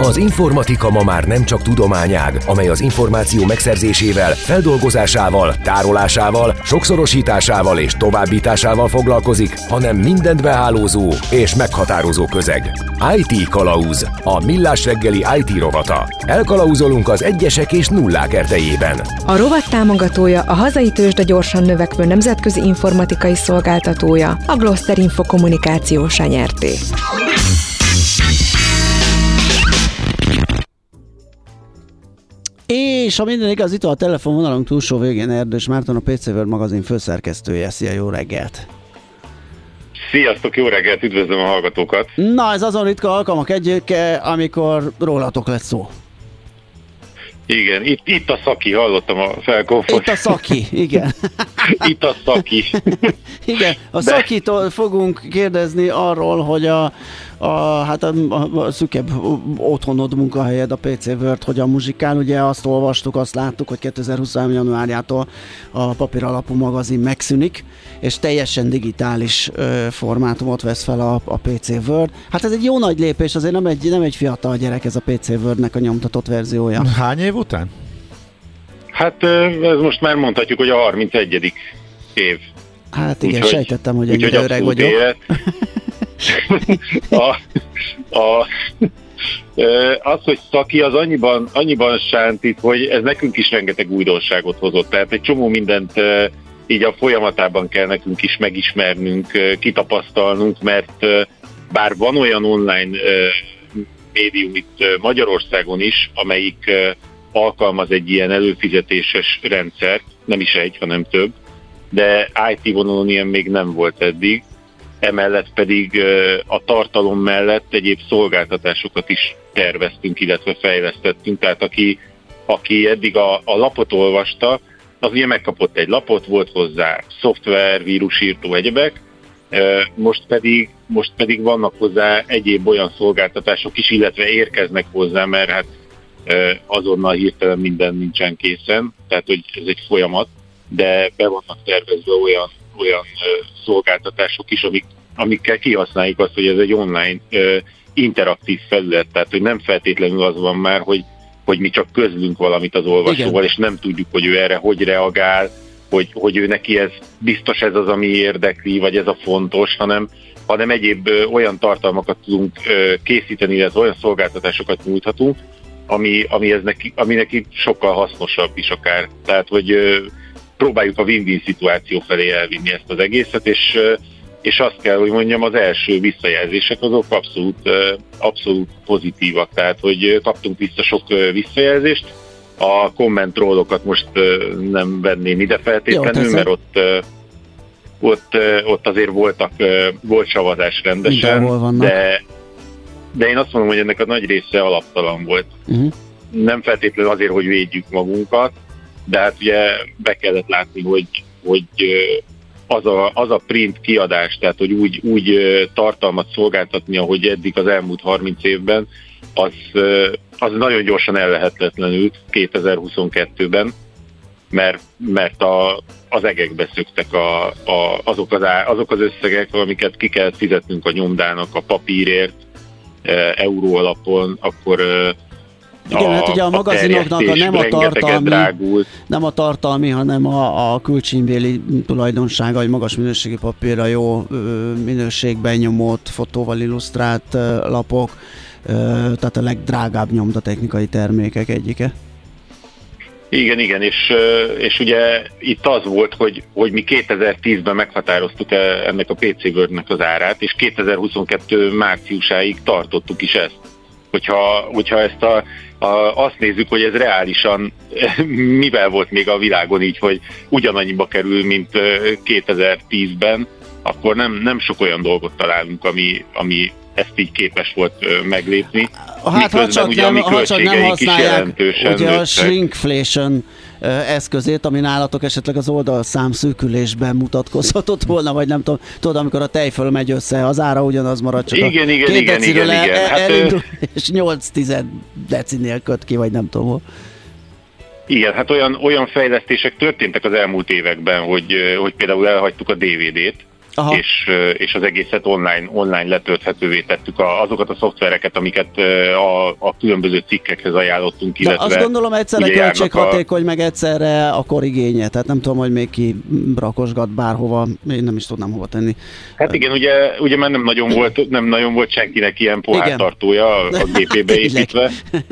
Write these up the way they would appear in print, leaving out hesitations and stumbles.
Az informatika ma már nem csak tudományág, amely az információ megszerzésével, feldolgozásával, tárolásával, sokszorosításával és továbbításával foglalkozik, hanem mindent behálózó és meghatározó közeg. IT Kalauz, a Millás reggeli IT rovata. Elkalauzolunk az egyesek és nullák erdejében. A rovat támogatója a hazai tőzsde gyorsan növekvő nemzetközi informatikai szolgáltatója, a Gloster Info Kommunikáció Nyrt. És ha minden igaz, itt a telefonvonalunk túlsó végén Erdős Márton, a PC World magazin főszerkesztője. Szia, jó reggelt! Sziasztok, jó reggelt, üdvözlöm a hallgatókat! Na, ez azon ritka alkalmak egyike, amikor rólatok lesz szó. Igen, itt a Szaki, hallottam a felkonfot. Itt a Szaki, igen. Itt a Szaki. Igen, a Szakitól fogunk kérdezni arról, hogy a szükebb otthonod, munkahelyed, a PC World hogyan muzsikál. Ugye azt olvastuk, azt láttuk, hogy 2023. januárjától a papír alapú magazin megszűnik, és teljesen digitális formátumot vesz fel a PC World. Hát ez egy jó nagy lépés, azért nem egy fiatal gyerek ez a PC Worldnek a nyomtatott verziója. Hány év után? Hát ez most már mondhatjuk, hogy a 31. év. Hát igen, sejtettem, hogy ennyire öreg vagyok. Az, hogy Szaki, az annyiban sántít, hogy ez nekünk is rengeteg újdonságot hozott. Tehát egy csomó mindent így a folyamatában kell nekünk is megismernünk, kitapasztalnunk, mert bár van olyan online médium itt Magyarországon is, amelyik alkalmaz egy ilyen előfizetéses rendszert, nem is egy, hanem több, de IT vonalon ilyen még nem volt eddig. Emellett pedig a tartalom mellett egyéb szolgáltatásokat is terveztünk, illetve fejlesztettünk. Tehát aki eddig a lapot olvasta, az ugye megkapott egy lapot, volt hozzá szoftver, vírusírtó, egyebek. Most pedig vannak hozzá egyéb olyan szolgáltatások is, illetve érkeznek hozzá, mert hát azonnal hirtelen minden nincsen készen. Tehát, hogy ez egy folyamat, de be vannak tervezve olyan szolgáltatások is, amikkel kihasználjuk azt, hogy ez egy online interaktív felület, tehát hogy nem feltétlenül az van már, hogy mi csak közlünk valamit az olvasóval, igen, és nem tudjuk, hogy ő erre hogy reagál, hogy ő neki ez biztos ez az, ami érdekli, vagy ez a fontos, hanem egyéb olyan tartalmakat tudunk készíteni, illetve olyan szolgáltatásokat nyújthatunk, ami neki sokkal hasznosabb is akár. Tehát, hogy próbáljuk a win-win szituáció felé elvinni ezt az egészet, és azt kell, hogy mondjam, az első visszajelzések azok abszolút pozitívak, tehát hogy kaptunk vissza sok visszajelzést, a kommentrollokat most nem venném ide feltétlenül, mert ott azért volt savazás rendesen, de én azt mondom, hogy ennek a nagy része alaptalan volt. Uh-huh. Nem feltétlenül azért, hogy védjük magunkat, de hát ugye be kellett látni, hogy az a print kiadás, tehát hogy úgy tartalmat szolgáltatni, ahogy eddig az elmúlt 30 évben, az nagyon gyorsan ellehetetlenült 2022-ben, mert az egekbe szöktek azok az összegek, amiket ki kellett fizetnünk a nyomdának a papírért, euró alapon, akkor igen, hát ugye a magazinoknak nem a tartalmi, hanem a külcsímbéli tulajdonsága, hogy magas minőségi papírra, jó minőségben nyomott, fotóval illusztrált lapok, tehát a legdrágább nyomdatechnikai termékek egyike. Igen, és ugye itt az volt, hogy mi 2010-ben meghatároztuk ennek a PC World-nek az árát, és 2022 márciusáig tartottuk is ezt. Hogyha ezt azt nézzük, hogy ez reálisan mivel volt még a világon így, hogy ugyanannyiba kerül, mint 2010-ben, akkor nem sok olyan dolgot találunk, ami ezt így képes volt meglépni. Hát ha csak nem használják ugye a shrinkflation eszközét, ami nálatok esetleg az oldalszám szűkülésben mutatkozhatott volna, vagy nem tudom, tudod, amikor a tej föl megy össze, az ára ugyanaz marad, csak igen, a két deciről elindul, és 8-10 decinél köt ki, vagy nem tudom hol. Igen, hát olyan fejlesztések történtek az elmúlt években, hogy például elhagytuk a DVD-t, és az egészet online letölthetővé tettük azokat a szoftvereket, amiket a különböző cikkekhez ajánlottunk, illetve... De azt gondolom egyszerre költséghatékony, meg egyszerre a korigénye, tehát nem tudom, hogy még ki rakosgat bárhova, én nem is tudnám hova tenni. Hát igen, ugye már nem nagyon volt senkinek ilyen pohártartója a gépébe építve,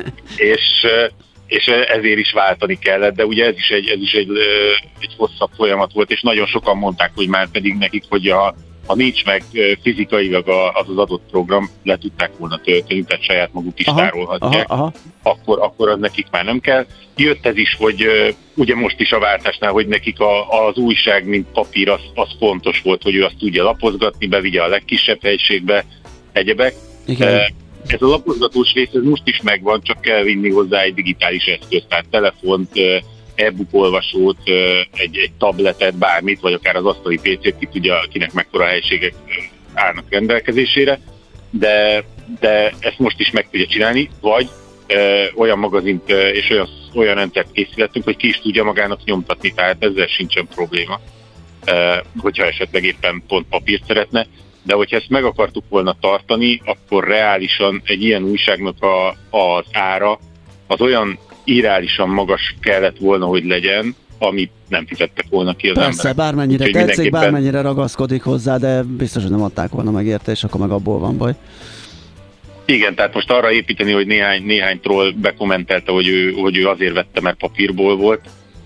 és ezért is váltani kellett, de ugye ez is egy hosszabb folyamat volt, és nagyon sokan mondták, hogy már pedig nekik, hogy ha nincs meg fizikailag az adott program, le tudták volna tölteni, tehát saját maguk is tárolhatják, akkor az nekik már nem kell. Jött ez is, hogy ugye most is a váltásnál, hogy nekik az újság, mint papír, az fontos volt, hogy ő azt tudja lapozgatni, bevigye a legkisebb helységbe, egyebek. Igen. Ez a lapozgatós rész ez most is megvan, csak kell vinni hozzá egy digitális eszközt, tehát telefont, e-book olvasót, egy tabletet, bármit, vagy akár az asztali PC-t, ki tudja, kinek mekkora helységek állnak rendelkezésére, de ezt most is meg tudja csinálni, vagy olyan magazint és olyan rendszert készítettünk, hogy ki is tudja magának nyomtatni, tehát ezzel sincsen probléma, hogyha esetleg éppen pont papírt szeretne. De hogyha ezt meg akartuk volna tartani, akkor reálisan egy ilyen újságnak az ára az olyan irreálisan magas kellett volna, hogy legyen, amit nem fizettek volna ki az emberek. Persze, bármennyire tetszik, bármennyire ragaszkodik hozzá, de biztos, hogy nem adták volna meg érte, és akkor meg abból van baj. Igen, tehát most arra építeni, hogy néhány troll bekommentelte, hogy ő azért vette, mert papírból volt,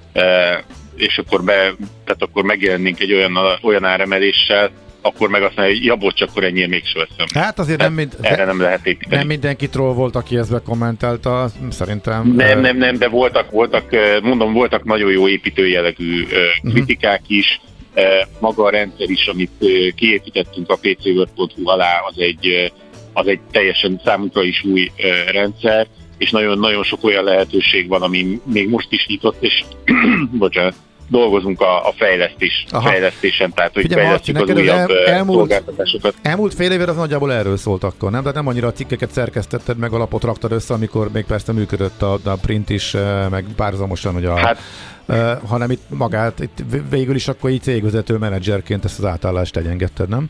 és akkor megjelennénk egy olyan áremeléssel, akkor meg azt mondja, hogy ja, bocs, akkor ennyire mégsem veszem. Hát azért erre nem lehet építeni. Nem mindenki troll volt, aki ezt bekommentálta, szerintem. Nem, de voltak nagyon jó építőjellegű kritikák is. Maga a rendszer is, amit kiépítettünk a pcword.hu alá, az egy teljesen számunkra is új rendszer, és nagyon-nagyon sok olyan lehetőség van, ami még most is nyitott, és bocsánat, dolgozunk a fejlesztésen, tehát hogy fejlesztjük az újabb szolgáltatásokat. Elmúlt fél évre az nagyjából erről szólt akkor, nem? Tehát nem annyira a cikkeket szerkesztetted, meg alapot raktad össze, amikor még persze működött a print is, meg párhuzamosan, hanem itt magát, végül is akkor így cégvezető menedzserként ezt az átállást engedted, nem?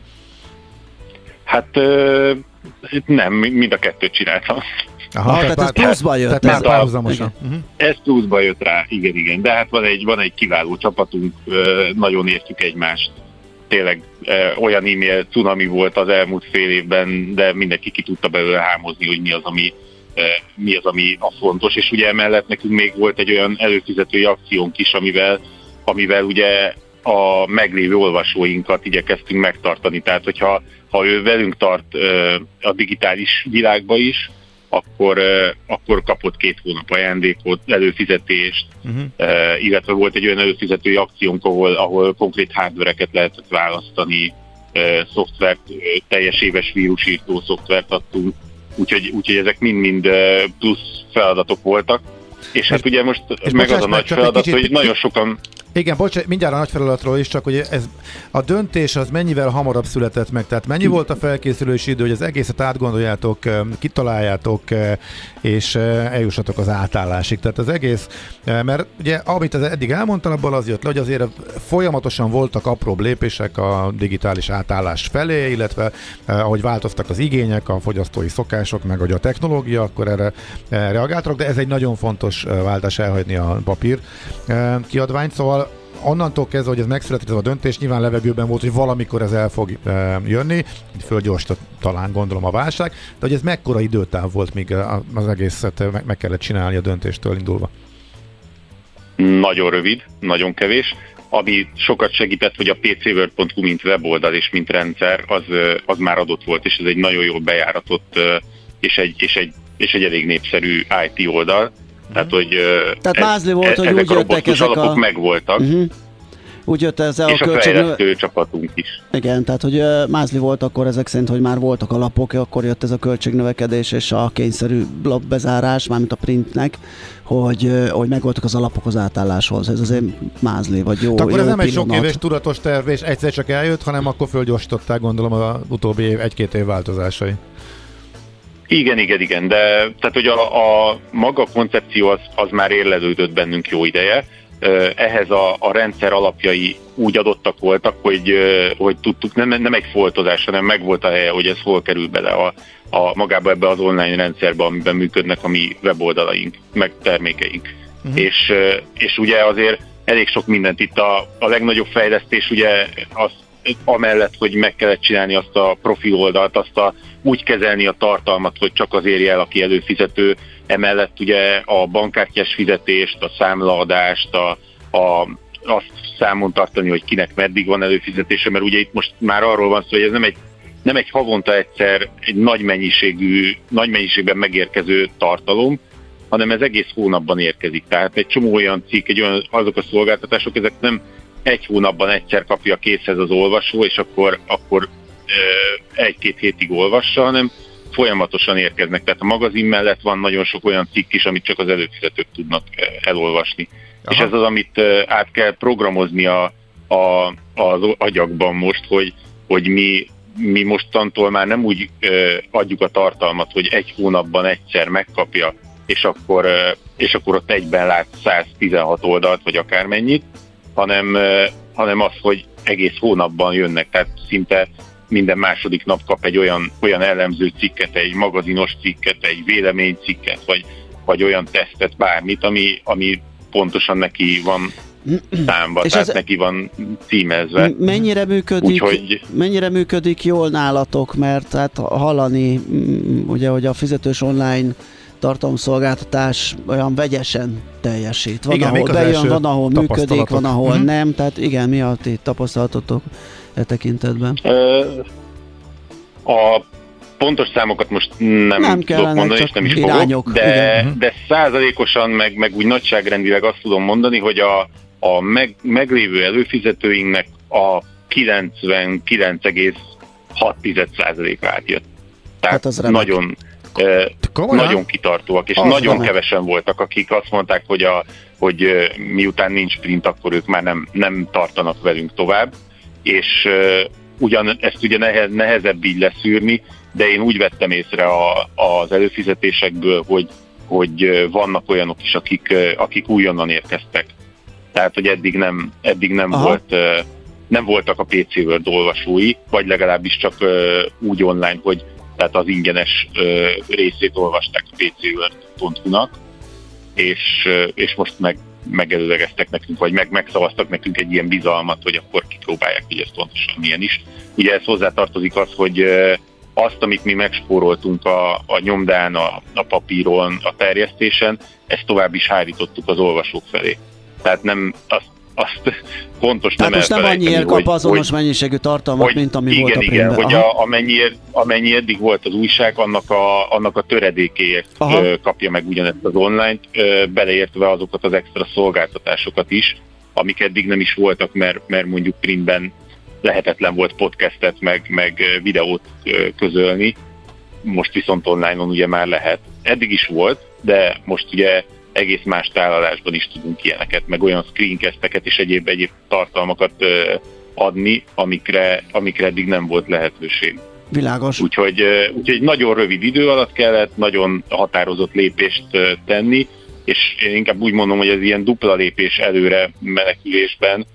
Hát nem, mind a kettőt csináltam. Tehát ez pluszba jött. Tehát párhuzamosan. Ez pluszba jött rá, igen. De hát van egy kiváló csapatunk, nagyon értjük egymást. Tényleg olyan e-mail cunami volt az elmúlt fél évben, de mindenki ki tudta belőle hámozni, hogy mi az, ami a fontos. És ugye emellett nekünk még volt egy olyan előfizetői akciónk is, amivel ugye a meglévő olvasóinkat igyekeztünk megtartani. Tehát, hogyha ő velünk tart a digitális világba is, akkor kapott 2 hónap ajándékot, előfizetést, illetve volt egy olyan előfizetői akciónk, ahol konkrét hardvereket lehetett választani, szoftvert, teljes éves vírusírtó szoftvert adtunk, úgyhogy ezek mind-mind plusz feladatok voltak. És hát ugye most meg az a nagy feladat, hogy nagyon sokan... Igen, mindjárt a nagy feladatról is, csak hogy a döntés az mennyivel hamarabb született meg, tehát mennyi volt a felkészülési idő, hogy az egészet átgondoljátok, kitaláljátok, és eljussatok az átállásig. Tehát az egész, mert ugye amit eddig elmondtam, abból az jött le, hogy azért folyamatosan voltak apróbb lépések a digitális átállás felé, illetve ahogy változtak az igények, a fogyasztói szokások, meg hogy a technológia, akkor erre reagáltak, de ez egy nagyon fontos váltás elhagyni a papír kiadványt, szóval onnantól kezdve, hogy ez megszületett ez a döntés, nyilván levegőben volt, hogy valamikor ez el fog jönni, fölgyorsított talán gondolom a válság, de hogy ez mekkora időtáv volt, míg az egészet meg kellett csinálni a döntéstől indulva? Nagyon rövid, nagyon kevés. Ami sokat segített, hogy a pcword.hu mint weboldal és mint rendszer, az már adott volt, és ez egy nagyon jól bejáratott és egy elég népszerű IT oldal. Tehát mázli volt, hogy úgy jöttek ezek alapok megvoltak. Úgy jött ez és a fejlesztő csapatunk is. Igen, tehát hogy mázli volt akkor ezek szerint, hogy már voltak alapok, akkor jött ez a költségnövekedés és a kényszerű blokkbezárás, mármint a printnek, hogy megvoltak az alapok az átálláshoz. Ez azért mázli, vagy jó. Akkor jó ez nem pillanat. egy sok éves tudatos terv, és egyszer csak eljött, hanem akkor fölgyorsították gondolom az utóbbi 1-2 év változásai. Igen, de tehát hogy a maga koncepció az már érlelődött bennünk jó ideje. ehhez a rendszer alapjai úgy adottak voltak, hogy tudtuk, nem egy foltozás, hanem megvolt a helye, hogy ez hol kerül bele magába ebbe az online rendszerbe, amiben működnek a mi weboldalaink, meg termékeink. És ugye azért elég sok mindent itt a legnagyobb fejlesztés, ugye az amellett, hogy meg kellett csinálni azt a profil oldalt, úgy kezelni a tartalmat, hogy csak az érje el, aki előfizető, emellett ugye a bankkártyás fizetést, a számlaadást, azt számon tartani, hogy kinek meddig van előfizetése, mert ugye itt most már arról van szó, hogy ez nem egy havonta egyszer egy nagy mennyiségben megérkező tartalom, hanem ez egész hónapban érkezik. Tehát egy csomó olyan cikk, azok a szolgáltatások, ezek nem egy hónapban egyszer kapja készhez az olvasó, és akkor egy-két hétig olvassa, hanem folyamatosan érkeznek. Tehát a magazin mellett van nagyon sok olyan cikk is, amit csak az előfizetők tudnak elolvasni. Aha. És ez az, amit át kell programozni az agyakban most, hogy mi mostantól már nem úgy adjuk a tartalmat, hogy egy hónapban egyszer megkapja, és akkor ott egyben lát 116 oldalt, vagy akármennyit, hanem az, hogy egész hónapban jönnek, tehát szinte minden második nap kap egy olyan elemző cikket, egy magazinos cikket, egy véleménycikket, vagy olyan tesztet, bármit, ami pontosan neki van számba, tehát neki van címezve. Mennyire működik jól nálatok, mert hát hallani, ugye, hogy a fizetős online tartalomszolgáltatás olyan vegyesen teljesít. Van, igen, ahol bejön, van, ahol működik, van, ahol nem. Tehát igen, mi a ti tapasztalatotok e tekintetben? A pontos számokat most nem tudok mondani, és nem is fogok, de százalékosan, meg úgy nagyságrendileg azt tudom mondani, hogy a meglévő előfizetőinknek a 99,6%-a átjött. Tehát hát nagyon kitartóak, és nagyon kevesen voltak, akik azt mondták, hogy miután nincs print, akkor ők már nem tartanak velünk tovább, és ezt ugye nehezebb így leszűrni, de én úgy vettem észre az előfizetésekből, hogy vannak olyanok is, akik újonnan érkeztek. Tehát, hogy eddig nem voltak a PC World olvasói, vagy legalábbis csak úgy online, hogy tehát az ingyenes részét olvasták a pcworld.hu-nak, és most megelőlegeztek nekünk, vagy megszavaztak nekünk egy ilyen bizalmat, hogy akkor kipróbálják, hogy ez pontosan milyen is. Ugye ez hozzátartozik az, hogy azt, amit mi megspóroltunk a nyomdán, a papíron, a terjesztésen, ezt tovább is hárítottuk az olvasók felé. Tehát nem azt fontos nem elfelejteni, most nem annyiért kap azonos mennyiségű tartalmat, mint ami volt a printben. Hogy amennyi eddig volt az újság, annak a töredékéért kapja meg ugyanezt az online, beleértve azokat az extra szolgáltatásokat is, amik eddig nem is voltak, mert mondjuk printben lehetetlen volt podcastet, meg videót közölni, most viszont online-on ugye már lehet. Eddig is volt, de most ugye egész más tálalásban is tudunk ilyeneket, meg olyan screencasteket és egyéb tartalmakat adni, amikre eddig nem volt lehetőség. Világos. Úgyhogy nagyon rövid idő alatt kellett nagyon határozott lépést tenni, és én inkább úgy mondom, hogy ez ilyen dupla lépés előre menekülésben,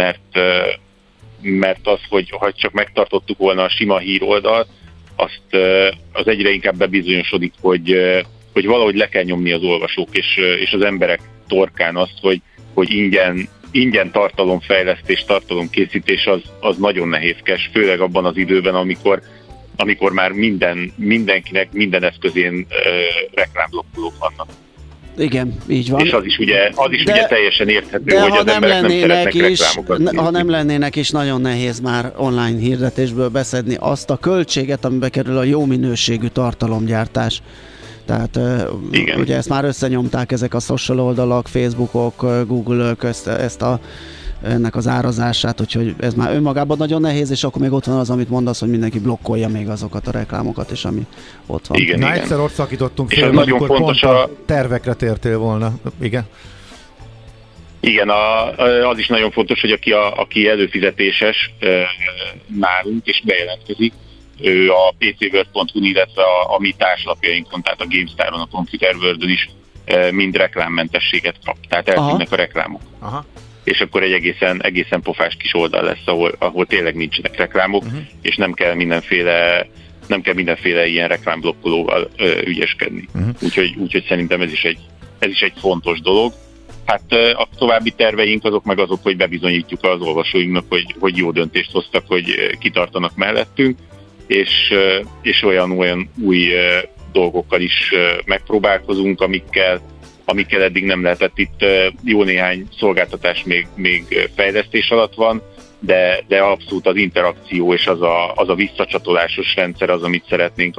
mert az, hogy csak megtartottuk volna a sima híroldalt, az egyre inkább bebizonyosodik, hogy valahogy le kell nyomni az olvasók és az emberek torkán azt, hogy ingyen tartalomfejlesztés, tartalomkészítés az nagyon nehézkes, főleg abban az időben, amikor már mindenkinek, minden eszközén reklámblokkolók vannak. Igen, így van. És az is ugye teljesen érthető, hogy az emberek nem szeretnek reklámokat nézni. Ha nem lennének is, nagyon nehéz már online hirdetésből beszedni azt a költséget, amibe kerül a jó minőségű tartalomgyártás. Tehát ugye ezt már összenyomták ezek a social oldalak, Facebookok, Google-ök ennek az árazását, úgyhogy ez már önmagában nagyon nehéz, és akkor még ott van az, amit mondasz, hogy mindenki blokkolja még azokat a reklámokat, és ami ott van. Igen. Egyszer ott szakítottunk fél, amikor pont a tervekre tértél volna. Igen? Igen, az is nagyon fontos, hogy aki előfizetéses nálunk és bejelentkezik, ő a pcworld.hu, illetve a mi társlapjainkon, tehát a GameStar-on, a Computer World-on is mind reklámmentességet kap. Tehát eltűnnek a reklámok. Aha. És akkor egy egészen pofás kis oldal lesz, ahol tényleg nincsenek reklámok, és nem kell mindenféle ilyen reklámblokkolóval ügyeskedni. Úgyhogy szerintem ez is egy fontos dolog. Hát a további terveink azok, hogy bebizonyítjuk az olvasóinknak, hogy jó döntést hoztak, hogy kitartanak mellettünk, és olyan új dolgokkal is megpróbálkozunk, amikkel eddig nem lehetett. Itt jó néhány szolgáltatás még fejlesztés alatt van, de abszolút az interakció és az a visszacsatolásos rendszer az, amit szeretnénk,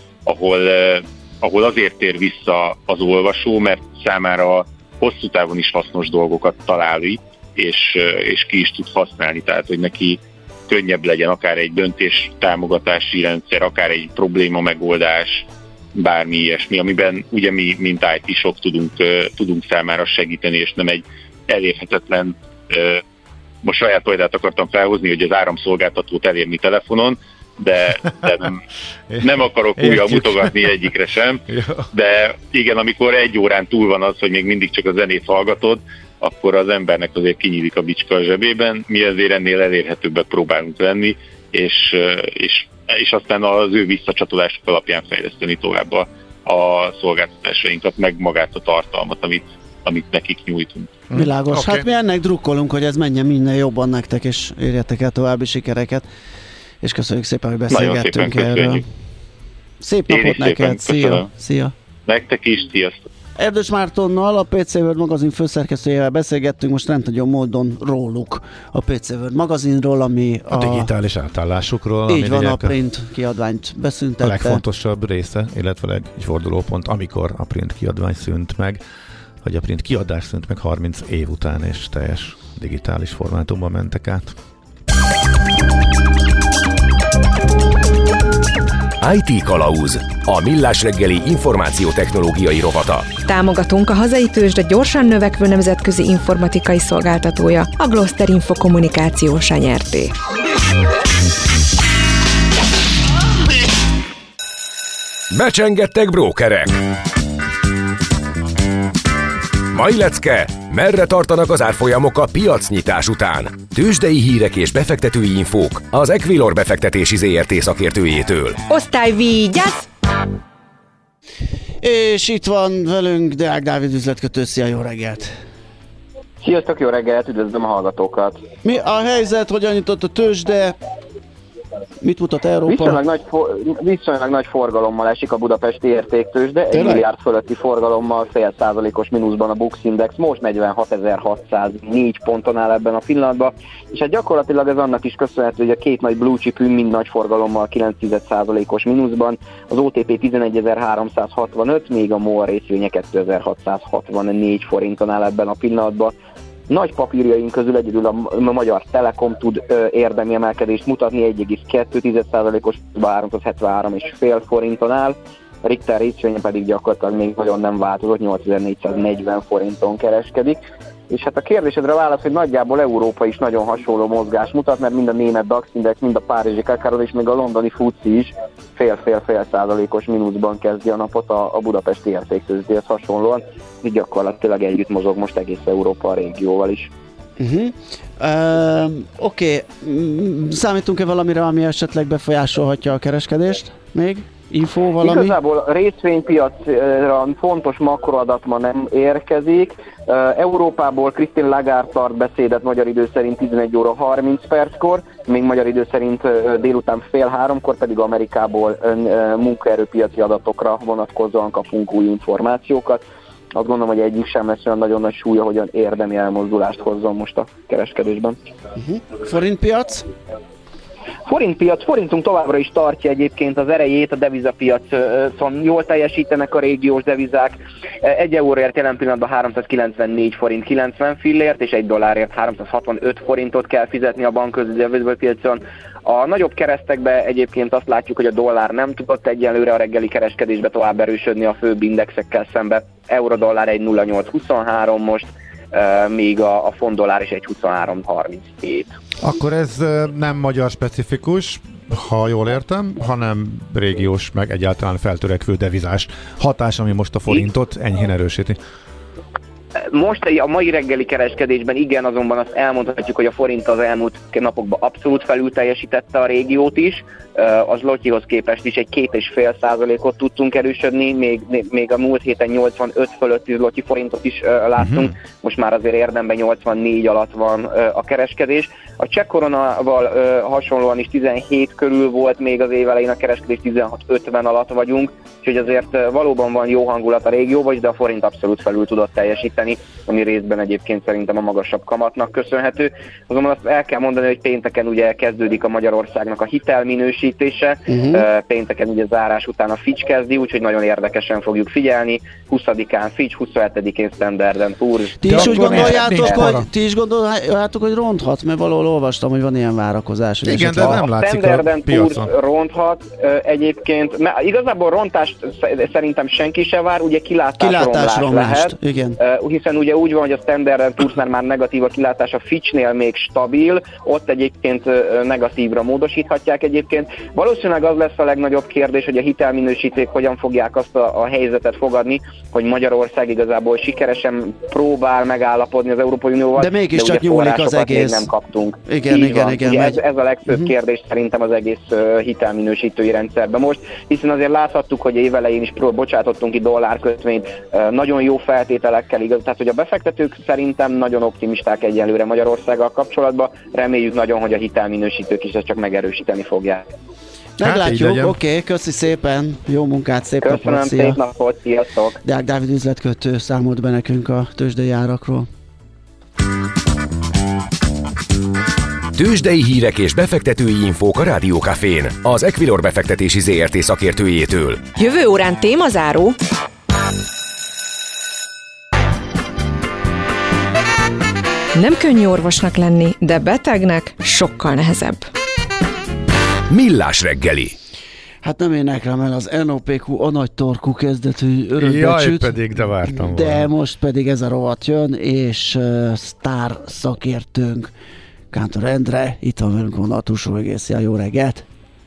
ahol azért tér vissza az olvasó, mert számára hosszú távon is hasznos dolgokat talál itt, és ki is tud használni, tehát hogy neki könnyebb legyen akár egy döntés támogatási rendszer, akár egy probléma megoldás, bármi ilyesmi, amiben ugye mi, mint IT-sok tudunk számára segíteni, és nem egy elérhetetlen, most saját példát akartam felhozni, hogy az áramszolgáltatót elérni telefonon, de nem akarok újra mutogatni egyikre sem, de igen, amikor egy órán túl van az, hogy még mindig csak a zenét hallgatod, akkor az embernek azért kinyílik a bicska a zsebében, mi azért ennél elérhetőbbek próbálunk lenni, és aztán az ő visszacsatolások alapján fejleszteni tovább a szolgáltatásainkat, meg magát a tartalmat, amit nekik nyújtunk. Világos. Okay. Hát mi ennek drukkolunk, hogy ez menjen minden jobban nektek, és érjetek el további sikereket. És köszönjük szépen, hogy beszélgettünk erről. Szép napot neked, szia! Nektek is, sziasztok! Erdős Mártonnal, a PC World magazin főszerkesztőjével beszélgettünk most rendhagyó módon róluk, a PC World magazinról, ami a digitális átállásukról. Így van, a print kiadványt beszüntette. A legfontosabb része, illetve egy fordulópont, amikor a print kiadvány szűnt meg, vagy a print kiadás szűnt meg 30 év után, és teljes digitális formátumban mentek át. IT Kalauz, a Millás reggeli információtechnológiai rovata. Támogatunk a hazai tőzsde gyorsan növekvő nemzetközi informatikai szolgáltatója, a Gloster Info Kommunikáció Nyrt. Becsengettek brókerek. Mai lecke, merre tartanak az árfolyamok a piacnyitás után? Tőzsdei hírek és befektetői infók az Equilor befektetési ZRT szakértőjétől. Osztály vigyázz! És itt van velünk Deák Dávid üzletkötő, szia, jó reggelt! Sziasztok, jó reggelt, üdvözlöm a hallgatókat! Mi a helyzet, hogyan nyitott a tőzsde? Mit mutat Európa? Viszonylag nagy forgalommal esik a budapesti értéktőzsde, 1 milliárd fölötti forgalommal, 0,5%-os mínuszban a Bux Index, most 46.604 ponton áll ebben a pillanatban, és hát gyakorlatilag ez annak is köszönhető, hogy a két nagy blue chipünk mind nagy forgalommal 9%-os mínuszban, az OTP 11.365, még a MOL részvénye 2.664 forinton áll ebben a pillanatban. Nagy papírjaink közül egyedül a Magyar Telekom tud érdemi emelkedést mutatni, 1,2%-os 373,5 forinton áll, a Richter részvénye pedig gyakorlatilag még nagyon nem változott, 8440 forinton kereskedik. És hát a kérdésedre válasz, hogy nagyjából Európa is nagyon hasonló mozgás mutat, mert mind a német DAX Index, mind a párizsi Kakaroz és még a londoni FTSE is fél százalékos mínuszban kezdi a napot a budapesti értéktőzsdéhez hasonlóan, így gyakorlatilag együtt mozog most egész Európa a régióval is. Oké. Számítunk-e valamire, ami esetleg befolyásolhatja a kereskedést még? Info valami? Igazából a részvénypiacra fontos makroadat ma nem érkezik. Európából Christine Lagarde tart beszédet magyar idő szerint 11 óra 30 perckor, még magyar idő szerint délután 2:30, pedig Amerikából munkaerőpiaci adatokra vonatkozóan kapunk új információkat. Azt gondolom, hogy egyik sem lesz olyan nagyon nagy súlya, hogyan érdemi elmozdulást hozzon most a kereskedésben. Forintpiac? Forintunk továbbra is tartja egyébként az erejét, a devizapiacon jól teljesítenek a régiós devizák. 1 euróért jelen pillanatban 394 forint 90 fillért, és 1 dollárért 365 forintot kell fizetni a bankközi devizapiacon. A nagyobb keresztekben egyébként azt látjuk, hogy a dollár nem tudott egyelőre a reggeli kereskedésbe tovább erősödni a főbb indexekkel szembe. Euró-dollár 1,0823 most, míg a font dollár is 1,2337. Akkor ez nem magyar specifikus, ha jól értem, hanem régiós, meg egyáltalán feltörekvő devizás hatás, ami most a forintot enyhén erősíti. Most a mai reggeli kereskedésben igen, azonban azt elmondhatjuk, hogy a forint az elmúlt napokban abszolút felül teljesítette a régiót is, az zlotyihoz képest is egy 2,5%-ot tudtunk erősödni, még a múlt héten 85 fölötti zlotyi forintot is láttunk, most már azért érdemben 84 alatt van a kereskedés. A cseh koronával hasonlóan is 17 körül volt még az év elején a kereskedés, 16-50 alatt vagyunk, úgyhogy azért valóban van jó hangulat a régióban, de a forint abszolút felül tudott teljesíteni, ami részben egyébként szerintem a magasabb kamatnak köszönhető. Azonban azt el kell mondani, hogy pénteken ugye kezdődik a Magyarországnak a hitelminősítése, pénteken ugye zárás után a Fitch kezdi, úgyhogy nagyon érdekesen fogjuk figyelni. 20-án Fitch, 27-én Standard & Poor's. Ti is gondoljátok, hogy ronthat, mert valahol olvastam, hogy van ilyen várakozás. Igen, de nem látszik a piacon. Ronthat egyébként, mert igazából rontást szerintem senki se vár, ugye kilátásromlás lehet. Igen. Hiszen ugye úgy van, hogy a Standard & Poor's már negatív a kilátás, a Fitchnél még stabil, ott egyébként negatívra módosíthatják egyébként. Valószínűleg az lesz a legnagyobb kérdés, hogy a hitelminősítők hogyan fogják azt a helyzetet fogadni, hogy Magyarország igazából sikeresen próbál megállapodni az Európai Unióval. De mégiscsak nyúlik az egész. Nem kaptunk. Igen. Ez a legfőbb kérdés szerintem az egész hitelminősítői rendszerben most, hiszen azért láthattuk, hogy évelején is bocsátottunk ki dollárkötvényt nagyon jó feltételekkel, igaz. Tehát, hogy a befektetők szerintem nagyon optimisták egyelőre Magyarországgal kapcsolatban. Reméljük nagyon, hogy a hitelminősítők is ezt csak megerősíteni fogják. Meglátjuk, oké, köszi szépen, jó munkát, szép napot, köszönöm, szép napot, sziasztok! Deák Dávid üzletkötő számolt be nekünk a tőzsdei árakról. Tőzsdei hírek és befektetői infók a Rádiókafén, az Equilor befektetési ZRT szakértőjétől. Jövő órán témazáró. Nem könnyű orvosnak lenni, de betegnek sokkal nehezebb. Millás reggeli. Hát nem éneklem el az NOPQ a nagy torkú kezdetű örökbecsüt. Jaj, pedig, de vártam de volna. most pedig ez a rovat jön, és sztár szakértőnk Kántor Endre, itt van velünk a túlsó egész. Jó reggelt!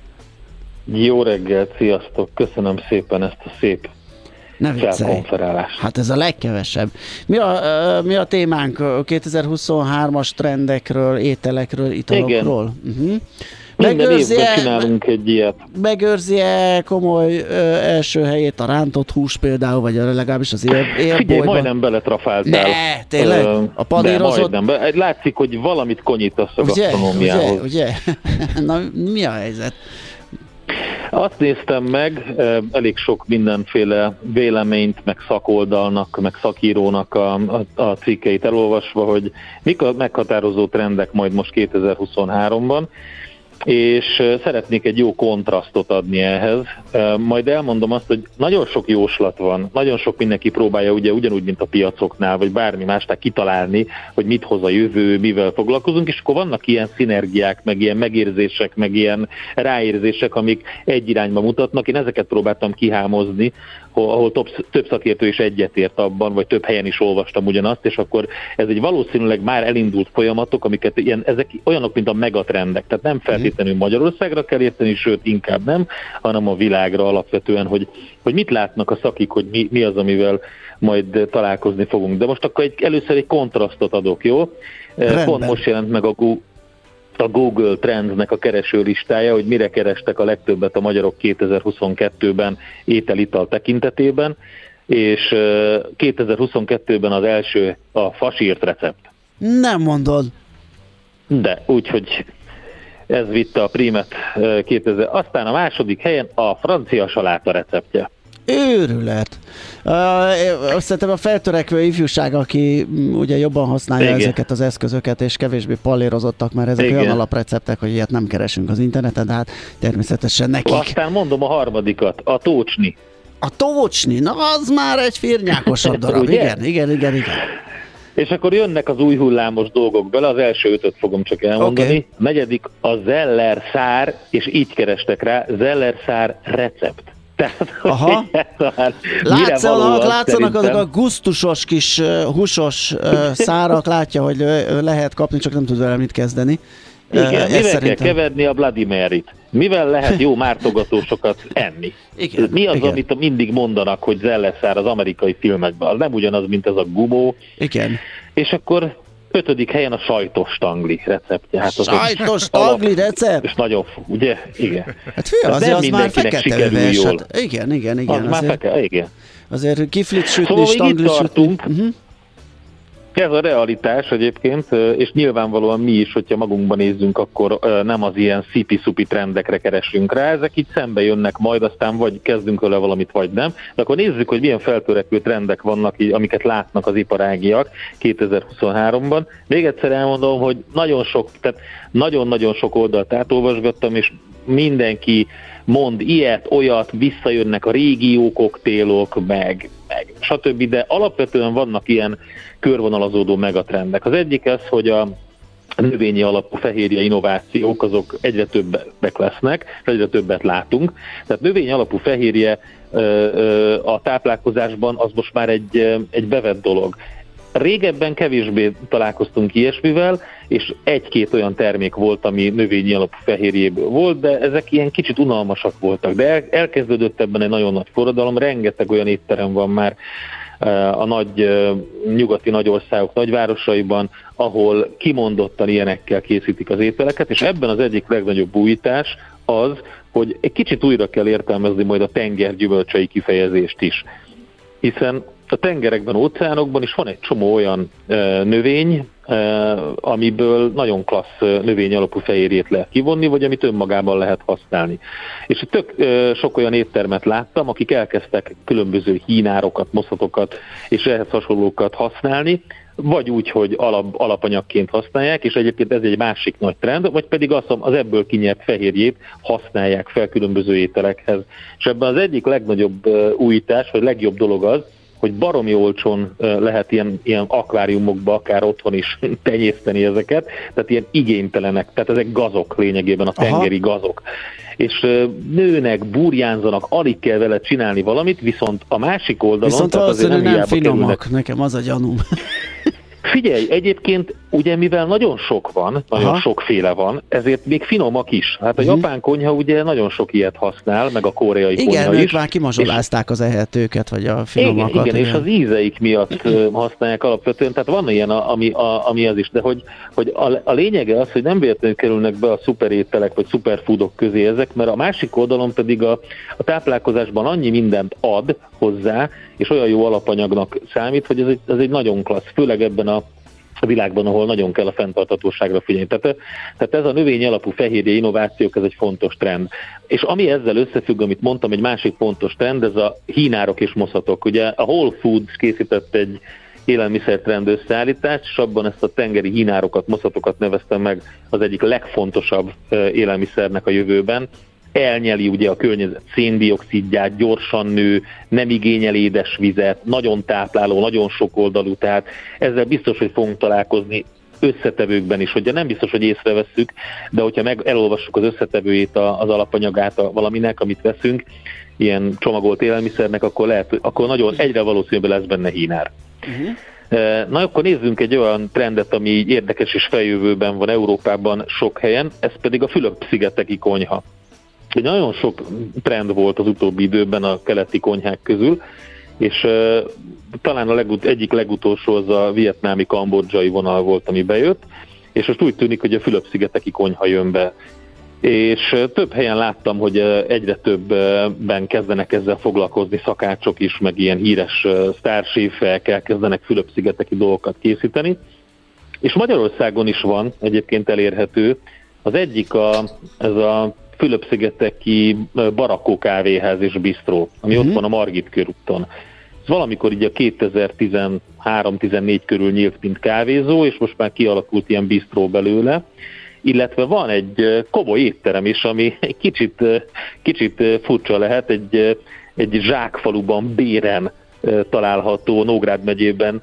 Jó reggelt, sziasztok! Köszönöm szépen ezt a szép felkonferálást. Hát ez a legkevesebb. Mi a témánk? 2023-as trendekről, ételekről, italokról? Minden évben csinálunk egy ilyet. Megőrzi-e komoly első helyét a rántott hús például, vagy legalábbis az élbolyban? Figyelj, majdnem beletrafáltál. Ne, tényleg? A panírozott? De majdnem. Látszik, hogy valamit konyítasz a gasztronómiához. Ugye? Na, mi a helyzet? Azt néztem meg, elég sok mindenféle véleményt, meg szakoldalnak, meg szakírónak a cikkeit elolvasva, hogy mik a meghatározó trendek majd most 2023-ban, és szeretnék egy jó kontrasztot adni ehhez. Majd elmondom azt, hogy nagyon sok jóslat van, nagyon sok mindenki próbálja ugyanúgy, mint a piacoknál, vagy bármi másnál kitalálni, hogy mit hoz a jövő, mivel foglalkozunk, és akkor vannak ilyen szinergiák, meg ilyen megérzések, meg ilyen ráérzések, amik egy irányba mutatnak. Én ezeket próbáltam kihámozni, ahol több szakértő is egyetért abban, vagy több helyen is olvastam ugyanazt, és akkor ez egy valószínűleg már elindult folyamatok, amiket ezek olyanok, mint a megatrendek. Tehát nem feltétlenül Magyarországra kell érteni, sőt inkább nem, hanem a világra alapvetően, hogy mit látnak a szakik, hogy mi az, amivel majd találkozni fogunk. De most akkor először egy kontrasztot adok, jó? Rendben. Pont most jelent meg a Google Trendsnek a keresőlistája, hogy mire kerestek a legtöbbet a magyarok 2022-ben étel-ital tekintetében, és 2022-ben az első a fasírt recept. Nem mondod. De, úgyhogy ez vitte a prímet 2000. Aztán a második helyen a francia saláta receptje. Őrület. Szerintem a feltörekvő ifjúság, aki ugye jobban használja ezeket az eszközöket, és kevésbé pallérozottak, mert ezek olyan alapreceptek, hogy ilyet nem keresünk az interneten, de hát természetesen nekik. Aztán mondom a harmadikat, a tócsni. A tócsni? Na, az már egy firnyákosabb darab. Igen. És akkor jönnek az új hullámos dolgok bele, az első 5-öt fogom csak elmondani. Okay. A negyedik a Zeller szár, és így kerestek rá, Zeller szár recept. Aha. Látszanak azok a gusztusos kis húsos szárak, látja, hogy lehet kapni, csak nem tud vele mit kezdeni. Igen, mivel kell keverni a Bloody Mary-t? Mivel lehet jó mártogatósokat enni? Igen, mi az, igen. amit mindig mondanak, hogy zelleszár az amerikai filmekben? Az nem ugyanaz, mint ez a gumó. Igen. És akkor 5. helyen a sajtos tangli receptje. Hát sajtos tangli recept? És nagyon, ugye? Igen. Hát fő, azért az már fekete öves. Hát, igen. Az már fekete, igen. Azért kiflit sütni, szóval stangli sütni. Ez a realitás egyébként, és nyilvánvalóan mi is, hogyha magunkban nézzünk, akkor nem az ilyen szipi-szupi trendekre keresünk rá, ezek így szembe jönnek majd, aztán vagy kezdünk vele valamit, vagy nem. De akkor nézzük, hogy milyen feltörekvő trendek vannak, amiket látnak az iparágiak 2023-ban. Még egyszer elmondom, hogy nagyon-nagyon sok oldalt átolvasgattam, és mindenki mond ilyet, olyat, visszajönnek a régió koktélok, meg stb., de alapvetően vannak ilyen körvonalazódó megatrendek. Az egyik az, hogy a növényi alapú fehérje innovációk, azok egyre többek lesznek, egyre többet látunk. Tehát növényi alapú fehérje a táplálkozásban az most már egy bevett dolog. Régebben kevésbé találkoztunk ilyesmivel, és 1-2 olyan termék volt, ami növényi alapú fehérjéből volt, de ezek ilyen kicsit unalmasak voltak. De elkezdődött ebben egy nagyon nagy forradalom, rengeteg olyan étterem van már a nagy nyugati nagyországok nagyvárosaiban, ahol kimondottan ilyenekkel készítik az ételeket, és ebben az egyik legnagyobb újítás az, hogy egy kicsit újra kell értelmezni majd a tengergyümölcsei kifejezést is. Hiszen a tengerekben, óceánokban is van egy csomó olyan növény, amiből nagyon klassz növény alapú fehérjét lehet kivonni, vagy amit önmagában lehet használni. És tök sok olyan éttermet láttam, akik elkezdtek különböző hínárokat, moszatokat és ehhez hasonlókat használni, vagy úgy, hogy alapanyagként használják, és egyébként ez egy másik nagy trend, vagy pedig az ebből kinyert fehérjét használják fel különböző ételekhez. És ebben az egyik legnagyobb újítás, vagy legjobb dolog az, hogy baromi olcsón lehet ilyen akváriumokba, akár otthon is tenyészteni ezeket, tehát ilyen igénytelenek, tehát ezek gazok lényegében, a tengeri gazok. És nőnek, burjánzanak, alig kell vele csinálni valamit, viszont a másik oldalon... Viszont valószínűleg nem finomak, nekem az a gyanúm. Figyelj, egyébként ugye mivel nagyon sok van, nagyon sokféle van, ezért még finomak is. Hát a japán konyha ugye nagyon sok ilyet használ, meg a koreai konyha is. Igen, ők már kimazsolázták az ehetőket, vagy a finomakat. Igen, és az ízeik miatt használják alapvetően, tehát van ilyen, ami az is, de hogy a lényege az, hogy nem véletlenül kerülnek be a szuperételek, vagy szuperfoodok közé ezek, mert a másik oldalon pedig a táplálkozásban annyi mindent ad hozzá, és olyan jó alapanyagnak számít, hogy ez egy nagyon klassz, főleg ebben a világban, ahol nagyon kell a fenntarthatóságra figyelni. Tehát ez a növény alapú fehérje innovációk, ez egy fontos trend. És ami ezzel összefügg, amit mondtam, egy másik fontos trend, ez a hínárok és moszatok. Ugye a Whole Foods készített egy élelmiszertrend összeállítást, és abban ezt a tengeri hínárokat, moszatokat neveztem meg az egyik legfontosabb élelmiszernek a jövőben. Elnyeli ugye a környezet széndioxidját, gyorsan nő, nem igényel édesvizet, nagyon tápláló, nagyon sokoldalú, tehát ezzel biztos, hogy fogunk találkozni összetevőkben is, hogy nem biztos, hogy észrevesszük, de hogyha elolvassuk az összetevőjét, az alapanyagát valaminek, amit veszünk, ilyen csomagolt élelmiszernek, akkor nagyon egyre valószínűbb lesz benne hínár. Na, akkor nézzünk egy olyan trendet, ami érdekes és feljövőben van Európában sok helyen, ez pedig a Fülöp-szigeteki konyha. Nagyon sok trend volt az utóbbi időben a keleti konyhák közül, és talán egyik legutolsó az a vietnámi, kambodzsai vonal volt, ami bejött, és most úgy tűnik, hogy a Fülöp-szigeteki konyha jön be. És több helyen láttam, hogy egyre többben kezdenek ezzel foglalkozni szakácsok is, meg ilyen híres sztárséfek elkezdenek Fülöp-szigeteki dolgokat készíteni. És Magyarországon is van egyébként elérhető. Az egyik ez a Fülöp-szigeteki Barakkó kávéház és bisztró, ami ott van a Margit körúton. Ez valamikor így a 2013-14 körül nyílt, mint kávézó, és most már kialakult ilyen bisztró belőle, illetve van egy komoly étterem is, ami egy kicsit furcsa lehet, egy zsákfaluban, Béren található, Nógrád megyében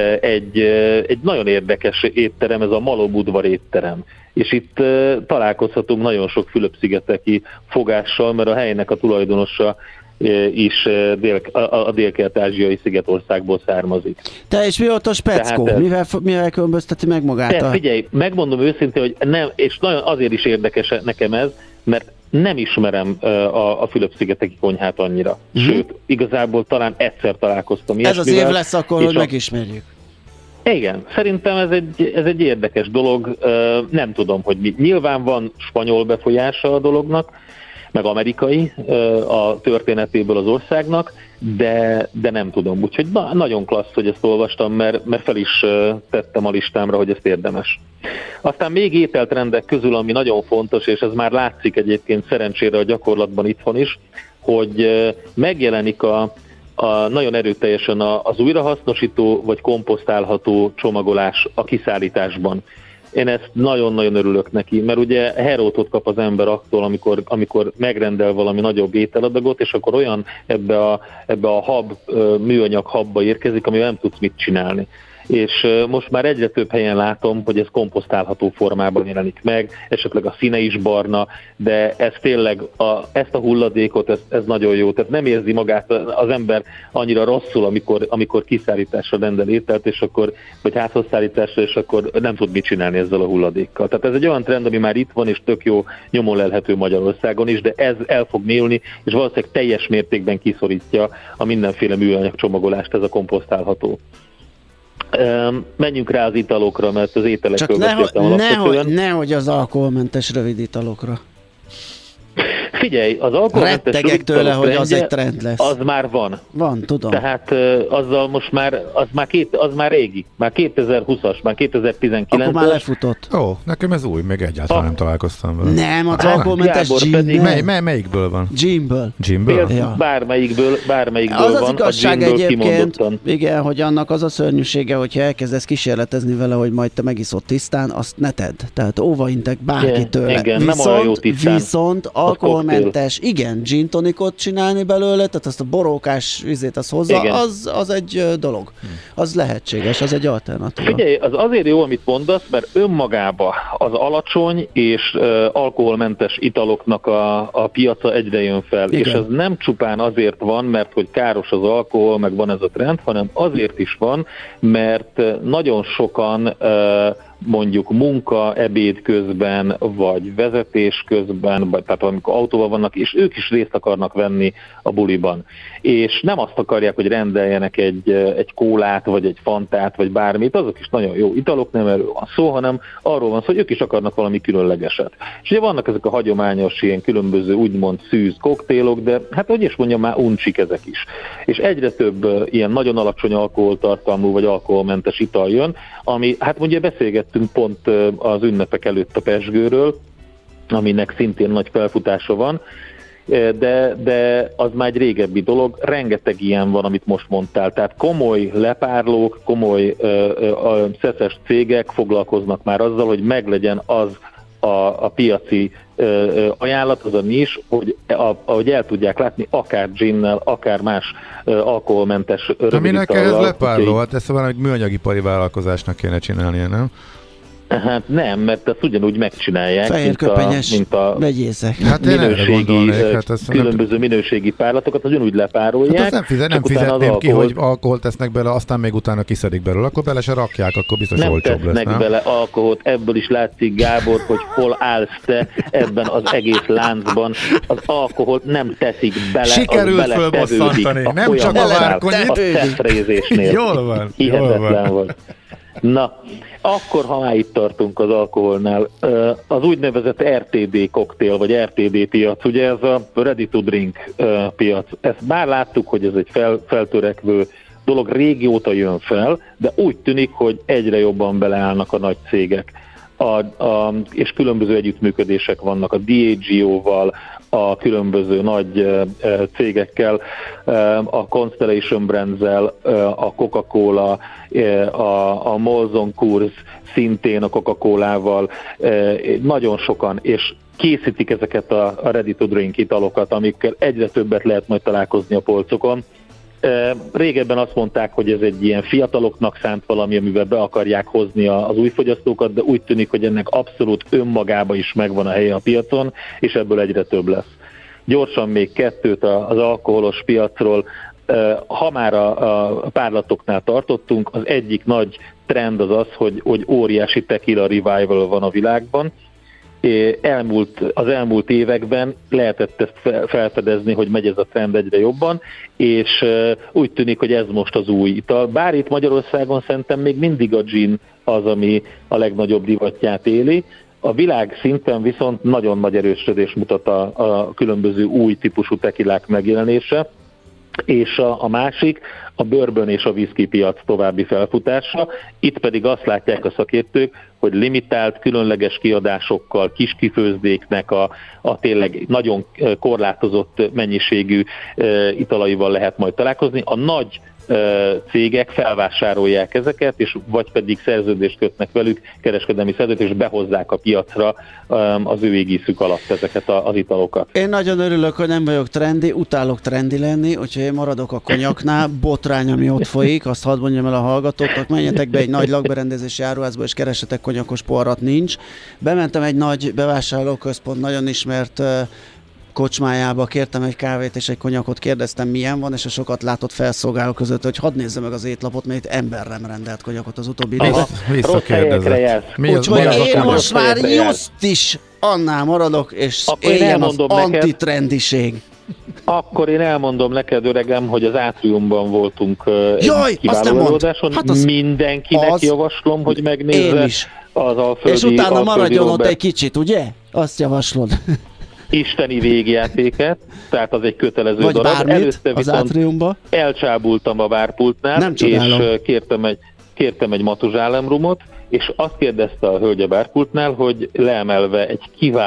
egy nagyon érdekes étterem, ez a Malom udvar étterem. És itt találkozhatunk nagyon sok Fülöp-szigeteki fogással, mert a helynek a tulajdonosa is a dél-kelet-ázsiai szigetországból származik. Te és mi ott a speckó? Mivel különbözteti meg magát? Figyelj, megmondom őszintén, hogy nem, és nagyon azért is érdekes nekem ez, mert nem ismerem a Fülöp-szigeteki konyhát annyira. Sőt, igazából talán egyszer találkoztam ilyesmivel. Ez az év lesz akkor, hogy megismerjük. Igen, szerintem ez egy érdekes dolog, nem tudom, hogy mi. Nyilván van spanyol befolyása a dolognak, meg amerikai a történetéből az országnak, de nem tudom. Úgyhogy nagyon klassz, hogy ezt olvastam, mert fel is tettem a listámra, hogy ezt érdemes. Aztán még ételtrendek közül, ami nagyon fontos, és ez már látszik egyébként szerencsére a gyakorlatban itthon is, hogy megjelenik nagyon erőteljesen az újrahasznosító vagy komposztálható csomagolás a kiszállításban. Én ezt nagyon-nagyon örülök neki, mert ugye herótot kap az ember attól, amikor megrendel valami nagyobb ételadagot, és akkor olyan ebbe a műanyag habba érkezik, amivel nem tudsz mit csinálni. És most már egyre több helyen látom, hogy ez komposztálható formában jelenik meg, esetleg a színe is barna, de ez tényleg ezt a hulladékot, ez nagyon jó. Tehát nem érzi magát az ember annyira rosszul, amikor kiszállításra rendel ételt, és akkor, vagy házhozszállításra, és akkor nem tud mit csinálni ezzel a hulladékkal. Tehát ez egy olyan trend, ami már itt van, és tök jó nyomon lelhető Magyarországon is, de ez el fog mélyülni, és valószínűleg teljes mértékben kiszorítja a mindenféle műanyag csomagolást, ez a komposztálható. Menjünk rá az italokra, mert az ételekről beszéltem alapvetően. Nehogy az alkoholmentes rövid italokra. Figyelj, az alkoholmentes rettegek tőle, hogy az egy trend lesz. Az már van. Van, tudom. Tehát azzal most már, az már régi. Már 2020-as, már 2019-es. Akkor már lefutott. Ó, nekem ez új, még egyáltalán nem találkoztam vele. Nem, az alkoholmentes gin. Melyikből van? Ginből. Ja. Bármelyikből az van. Az igazság egyébként, igen, hogy annak az a szörnyűsége, hogyha elkezdesz kísérletezni vele, hogy majd te megiszod tisztán, azt ne tedd. Tehát óvaintek bárki tőle. Igen, nem olyan jó tisztán. Viszont alkoholmentes, igen, gin tonicot csinálni belőle, tehát azt a borókás vizét az hozzá, az egy dolog. Az lehetséges, az egy alternatíva. Figyelj, az azért jó, amit mondasz, mert önmagába az alacsony és alkoholmentes italoknak a piaca egyre jön fel. Igen. És ez nem csupán azért van, mert hogy káros az alkohol, meg van ez a trend, hanem azért is van, mert nagyon sokan mondjuk munka, ebéd közben, vagy vezetés közben, vagy tehát amikor autóval vannak, és ők is részt akarnak venni a buliban. És nem azt akarják, hogy rendeljenek egy kólát, vagy egy fantát, vagy bármit, azok is nagyon jó italok, nem erről van szó, hanem arról van szó, hogy ők is akarnak valami különlegeset. És ugye vannak ezek a hagyományos ilyen különböző úgymond szűz koktélok, de hát hogy is mondjam, már uncsik ezek is. És egyre több ilyen nagyon alacsony alkoholtartalmú, vagy alkoholmentes ital jön, ami, hát mondja, beszélgettünk pont az ünnepek előtt a pezsgőről, aminek szintén nagy felfutása van, de az már egy régebbi dolog, rengeteg ilyen van, amit most mondtál, tehát komoly lepárlók, komoly szeszes cégek foglalkoznak már azzal, hogy meglegyen az a piaci ajánlat, az a nis, hogy el tudják látni akár ginnel, akár más alkoholmentes rövid itallal. Minek ez lepárló? Hát ezt valami műanyagipari vállalkozásnak kéne csinálnia, nem? Hát nem, mert ezt ugyanúgy megcsinálják, mint a vegyészek. Hát különböző minőségi párlatokat, az ugyanúgy lepárolják. Hát azt nem fizetném ki, hogy alkoholt tesznek bele, aztán még utána kiszedik belőle, akkor bele se rakják, akkor biztos olcsóbb lesz. Nem tesznek bele alkoholt, ebből is látszik, Gábor, hogy hol állsz te ebben az egész láncban. Az alkoholt nem teszik bele, sikerült fölbosszantani, nem csak a várkonyit. A tesztrézésnél. Jól van. Hihetetlen volt. Na, akkor, ha már itt tartunk az alkoholnál, az úgynevezett RTD koktél, vagy RTD piac, ugye ez a ready to drink piac. Ezt már láttuk, hogy ez egy feltörekvő dolog, régóta jön fel, de úgy tűnik, hogy egyre jobban beleállnak a nagy cégek. És különböző együttműködések vannak a Diageo-val, a különböző nagy cégekkel, a Constellation Brands-zel, a Coca-Cola, a Molson Coors szintén a Coca-Colával, nagyon sokan, és készítik ezeket a ready to drink italokat, amikkel egyre többet lehet majd találkozni a polcokon. Régebben azt mondták, hogy ez egy ilyen fiataloknak szánt valami, amivel be akarják hozni az új fogyasztókat, de úgy tűnik, hogy ennek abszolút önmagában is megvan a helye a piacon, és ebből egyre több lesz. gyorsan még kettőt az alkoholos piacról. Ha már a párlatoknál tartottunk, az egyik nagy trend az, hogy óriási tequila revival van a világban. Az elmúlt években lehetett ezt felfedezni, hogy megy ez a trend egyre jobban, és úgy tűnik, hogy ez most az új ital. Bár itt Magyarországon szerintem még mindig a gin az, ami a legnagyobb divatját éli. A világ szinten viszont nagyon nagy erősödés mutat a különböző új típusú tekilák megjelenése, és a másik a bourbon és a whisky piac további felfutása. Itt pedig azt látják a szakértők, hogy limitált, különleges kiadásokkal, kis kifőzdéknek a tényleg nagyon korlátozott mennyiségű italaival lehet majd találkozni. A nagy cégek felvásárolják ezeket, és vagy pedig szerződést kötnek velük, kereskedelmi szerződést, és behozzák a piacra az ő égiszük alatt ezeket az italokat. Én nagyon örülök, hogy nem vagyok trendi, utálok trendi lenni, úgyhogy én maradok a konyaknál, botrány, ami ott folyik, azt hadd mondjam el a hallgatóknak, menjetek be egy nagy lakberendezési áruházba, és keressetek konyakos poharat, nincs. Bementem egy nagy bevásárlóközpont, nagyon ismert kocsmájába, kértem egy kávét és egy konyakot, kérdeztem milyen van, és a sokat látott felszolgáló között, hogy hadd nézze meg az étlapot, mert itt emberrem rendelt konyakot az utóbbi időben. Visszakérdezett. Úgyhogy én most már just is annál maradok, és éljen az antitrendiség. Akkor én elmondom neked, öregem, hogy az Átriumban voltunk kiváló előadáson. Mindenkinek javaslom, hogy megnézze az Alföldi. És utána maradjon ott egy kicsit, ugye? Azt javaslod. Isteni végjátéket, tehát az egy kötelező vagy darab. Bármit, előtte viszont elcsábultam a várpultnál, és kértem egy matuzsálemrumot, és azt kérdezte a hölgy a bárpultnál, hogy leemelve egy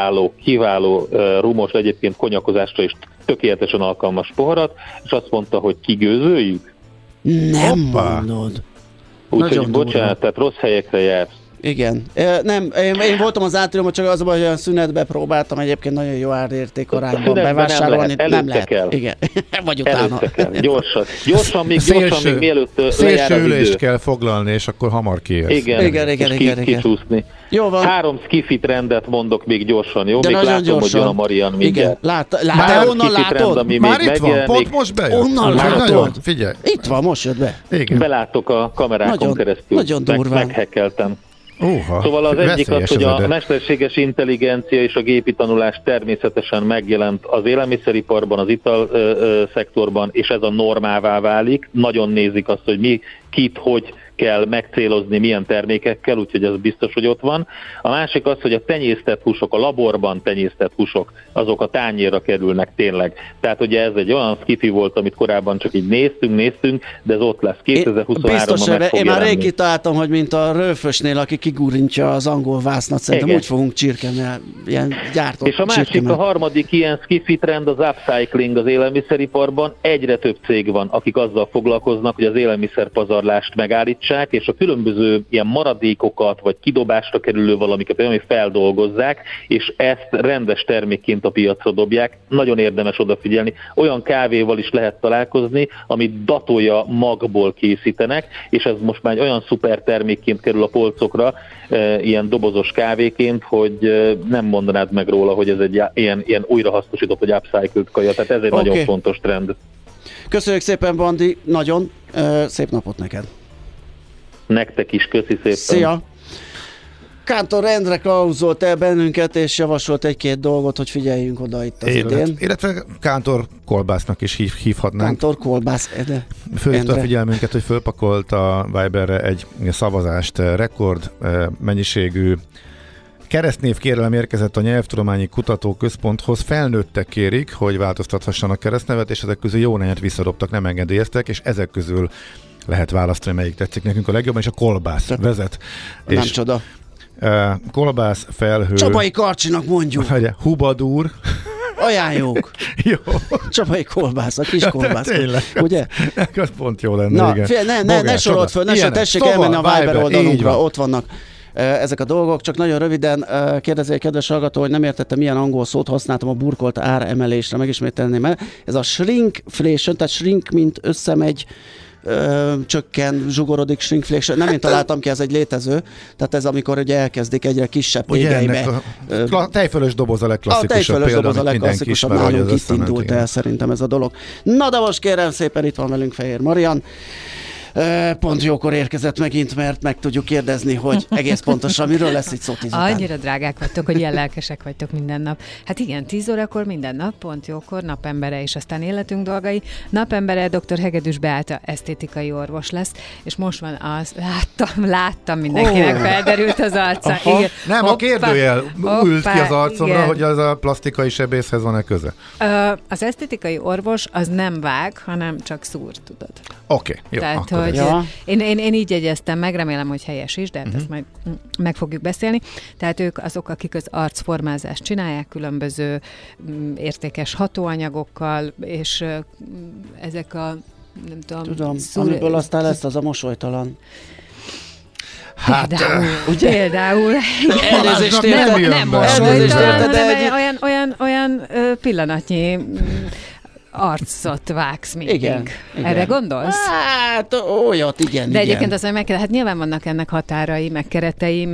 kiváló rumos, egyébként konyakozásra is tökéletesen alkalmas poharat, és azt mondta, hogy kigőzöljük. Nem mondod. Úgyhogy bocsánat, tehát rossz helyekre jársz. Igen. Nem, én voltam az Átriumban, csak az, hogy a szünetbe próbáltam egyébként nagyon jó árérték arányban bevásárolni. Nem lehet. Kell. Igen. Vagy utána. Gyorsan még mielőtt szélső ülést kell foglalni, és akkor hamar kiérsz. Igen. Kicsúszni. Jó van. 3 skifi trendet mondok még gyorsan, jó? De még látom, gyorsan. hogy jön a Marian mindjárt. Látod, onnan látod? Már itt van, pont most bejön. Onnan látod? Figyelj. Itt van, most jött be. Igen. Belátok a kamerákon keresztül. Nagyon durván. Meghekkeltem. Szóval az egyik az, hogy a mesterséges intelligencia és a gépi tanulás természetesen megjelent az élelmiszeriparban, az ital szektorban, és ez a normává válik. Nagyon nézik azt, hogy kit, hogy kell megcélozni, milyen termékekkel, úgyhogy ez biztos, hogy ott van. A másik az, hogy a tenyésztett húsok, a laborban tenyésztett húsok, azok a tányérra kerülnek tényleg. Tehát ugye ez egy olyan skifi volt, amit korábban csak így néztünk, de ez ott lesz 2023-ban meg fog én már jelenni. rég kitaláltam, hogy mint a rőfösnél, aki kigurintja az angol vásznat, szerintem úgy fogunk csirkemel, ilyen gyártott és a másik, csirkemel. a harmadik ilyen skifi trend az upcycling az élelmiszeriparban. Egyre több cég van, akik azzal foglalkoznak, hogy az élelmiszerpazarlást megállítsák, és a különböző ilyen maradékokat, vagy kidobásra kerülő valamiket, ami feldolgozzák, és ezt rendes termékként a piacra dobják. Nagyon érdemes odafigyelni. Olyan kávéval is lehet találkozni, amit datolja magból készítenek, és ez most már olyan szuper termékként kerül a polcokra, ilyen dobozos kávéként, hogy nem mondanád meg róla, hogy ez egy ilyen újrahasznosított, vagy upcycled kaja. Tehát ez egy nagyon fontos trend. Köszönjük szépen, Bandi, nagyon szép napot neked. Nektek is, köszi szépen. Szia! Kántor Endre klauzolt el bennünket, és javasolt egy-két dolgot, hogy figyeljünk oda itt az idén. Illetve Kántor Kolbásznak is hívhatnánk. Kántor Kolbász Ede. Fölhívta a figyelmünket, hogy fölpakolt a Viberre egy szavazást, rekord mennyiségű keresztnév kérelem érkezett a Nyelvtudományi Kutatóközponthoz, felnőttek kérik, hogy változtathassanak keresztnevet, és ezek közül jó néhány visszadobtak, nem engedélyeztek, és ezek közül lehet választani, melyik tetszik nekünk a legjobban, és a Kolbász vezet. Nem és csoda. Kolbász, Felhő. Csabai Karcsinak mondjuk. Hubadúr. Ajánljuk. Jó. Csabai Kolbász, a kis kolbász. Tényleg. Ugye? Ez pont jó lenne, na, igen. Ne sorolt föl, tessék elmenni a Viber oldalunkra, ott vannak ezek a dolgok, csak nagyon röviden kérdezi egy kedves hallgató, hogy nem értettem, milyen angol szót használtam a burkolt áremelésre, megismételném el. Ez a shrinkflation, tehát shrink, mint összemegy, csökken, zsugorodik, shrinkflation. Nem én találtam ki, ez egy létező. Tehát ez amikor ugye elkezdik egyre kisebb tégeibe. Tejfölös doboz a legklasszikusabb példa, doboz a legklasszikusabb, nálunk itt indult el szerintem ez a dolog. Na de most kérem szépen, itt van velünk Fehér Marian. Pont jókor érkezett megint, mert meg tudjuk kérdezni, hogy egész pontosan miről lesz itt szó 10 után. Annyira drágák vagytok, hogy ilyen lelkesek vagytok minden nap. Hát igen, 10 órakor minden nap, pont jókor, napembere és aztán életünk dolgai. Napembere dr. Hegedűs Beáta esztétikai orvos lesz, és most van az, láttam mindenkinek felderült az arca. Igen. Nem, a kérdőjel ült ki az arcomra, igen. Hogy az a plastikai sebészhez van-e köze? Az esztétikai orvos az nem vág, hanem csak szúr, tudod. Oké, jó. Tehát, hogy én így jegyeztem meg, remélem, hogy helyes is, de hát ezt majd meg fogjuk beszélni. Tehát ők azok, akik az arcformázást csinálják különböző értékes hatóanyagokkal, és ezek a, nem tudom amiből aztán lesz az a mosolytalan. Hát, például. Elnézést nem mosolytalan, hanem olyan pillanatnyi arcot vágsz mindig. Igen. Erre gondolsz? Hát olyat, igen. De egyébként azt mondja, hát nyilván vannak ennek határai, meg keretei,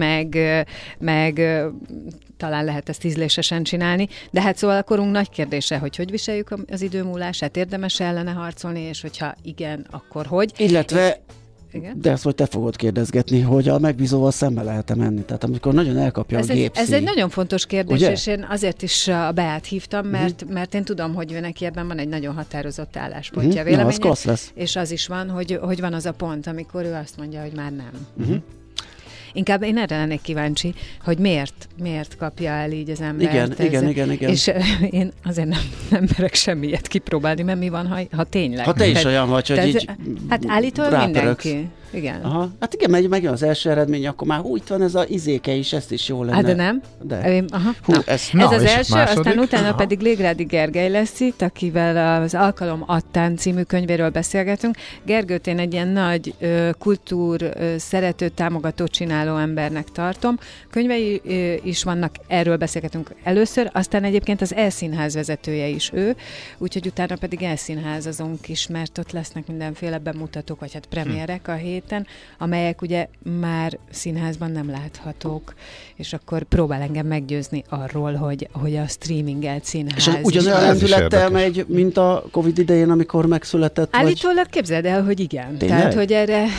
meg talán lehet ezt ízlésesen csinálni, de hát szóval a korunk nagy kérdése, hogy viseljük az idő múlását, érdemes ellene harcolni, és hogyha igen, akkor hogy? Illetve igen? De ezt, hogy te fogod kérdezgetni, hogy a megbízóval szembe lehet-e menni. Tehát amikor nagyon elkapja a gépszíj. Ez egy nagyon fontos kérdés, ugye? És én azért is a Beát hívtam, mert én tudom, hogy ő neki ebben van egy nagyon határozott álláspontja, véleménye. Az és az is van, hogy van az a pont, amikor ő azt mondja, hogy már nem. Inkább én erre lennék kíváncsi, hogy miért kapja el így az embert. Igen. És én azért nem merek semmilyet kipróbálni, mert mi van, ha tényleg. Ha te is olyan vagy, hogy így hát állítólag mindenki. Igen. Aha. Hát igen, megjön az első eredmény, akkor már itt van ez a izéke is, ezt is jó lenne. Hát de nem. De. Ez az első, aztán utána pedig Légrádi Gergely lesz itt, akivel az Alkalom Attán című könyvéről beszélgetünk. Gergőt én egy ilyen nagy kultúr szerető, támogató, csináló embernek tartom. Könyvei is vannak, erről beszélgetünk először, aztán egyébként az E-színház vezetője is ő, úgyhogy utána pedig E-színházazunk is, mert ott lesznek mindenféle bemutatók, vagy hát premierek a héten, amelyek ugye már színházban nem láthatók, és akkor próbál engem meggyőzni arról, hogy a streamingelt színház. És ugyanolyan lendülettel megy, mint a Covid idején, amikor megszületett? Állítólag képzeld el, hogy igen. Tényleg? Tehát, hogy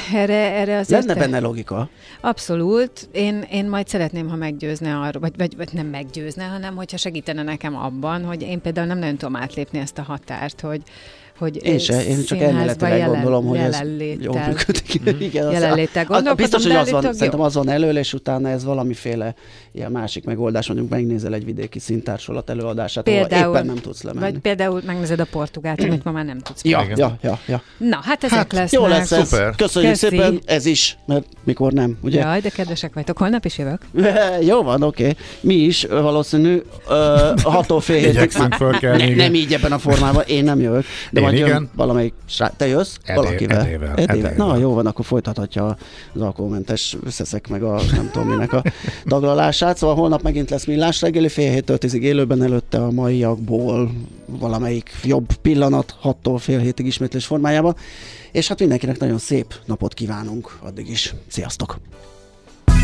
erre azért... Lenne benne logika? Abszolút. Én majd szeretném, ha meggyőzne arról, vagy nem meggyőzne, hanem hogyha segítene nekem abban, hogy én például nem nagyon tudom átlépni ezt a határt, hogy én csak elméletileg gondolom, hogy ez jól működik. Jelenléttel gondolkodom. Biztos, hogy az van, szerintem az van elől, és utána ez valamiféle ilyen másik megoldás, mondjuk megnézel egy vidéki színtársulat előadását, ahol éppen nem tudsz lemenni. Vagy például megnézed a Portugált, amit ma már nem tudsz. Ja. Na, hát ezek lesznek. Jó lesz ez. Köszönjük szépen, ez is, mert mikor nem, ugye? Jaj, de kedvesek vagytok, holnap is jövök. Jó van, oké. Mi is valószínű 6-tól fél hétig. Nem így ebben a formában, én nem jövök. De majd jön valamelyik te jössz valakivel. Edével. Na, jó van, akkor folytathatja az alkoholmentes összeszek meg a nem tudom minek a taglalását. Szóval holnap megint lesz Millás reggeli, fél 7-től 10-ig élőben, előtte a maiakból valamelyik jobb pillanat, 6-tól fél hétig ismétlés formájában. És hát mindenkinek nagyon szép napot kívánunk addig is. Sziasztok!